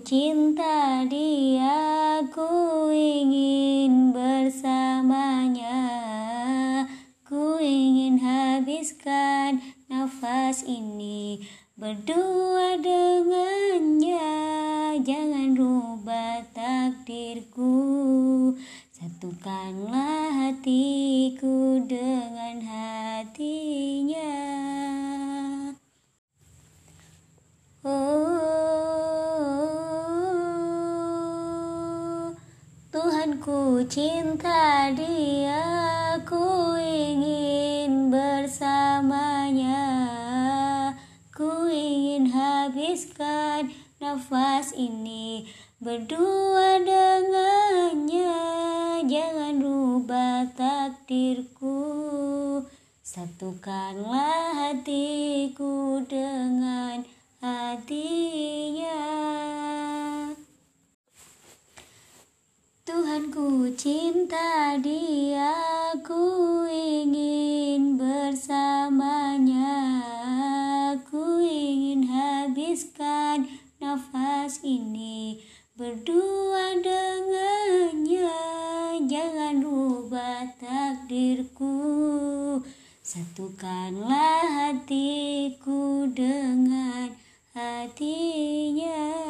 cinta dia, ku ingin bersamanya, ku ingin habiskan nafas ini berdua dengannya. Jangan rubah takdirku, satukanlah hatiku dengan hatinya. Tuhanku cinta dia, ku ingin bersamanya, ku ingin habiskan nafas ini berdua dengannya. Jangan rubah takdirku, satukanlah hatiku dengan hatinya. Tuhanku cinta dia, ku ingin bersamanya, ku ingin habiskan nafas ini berdua dengannya. Jangan rubah takdirku, satukanlah hatiku dengan hatinya.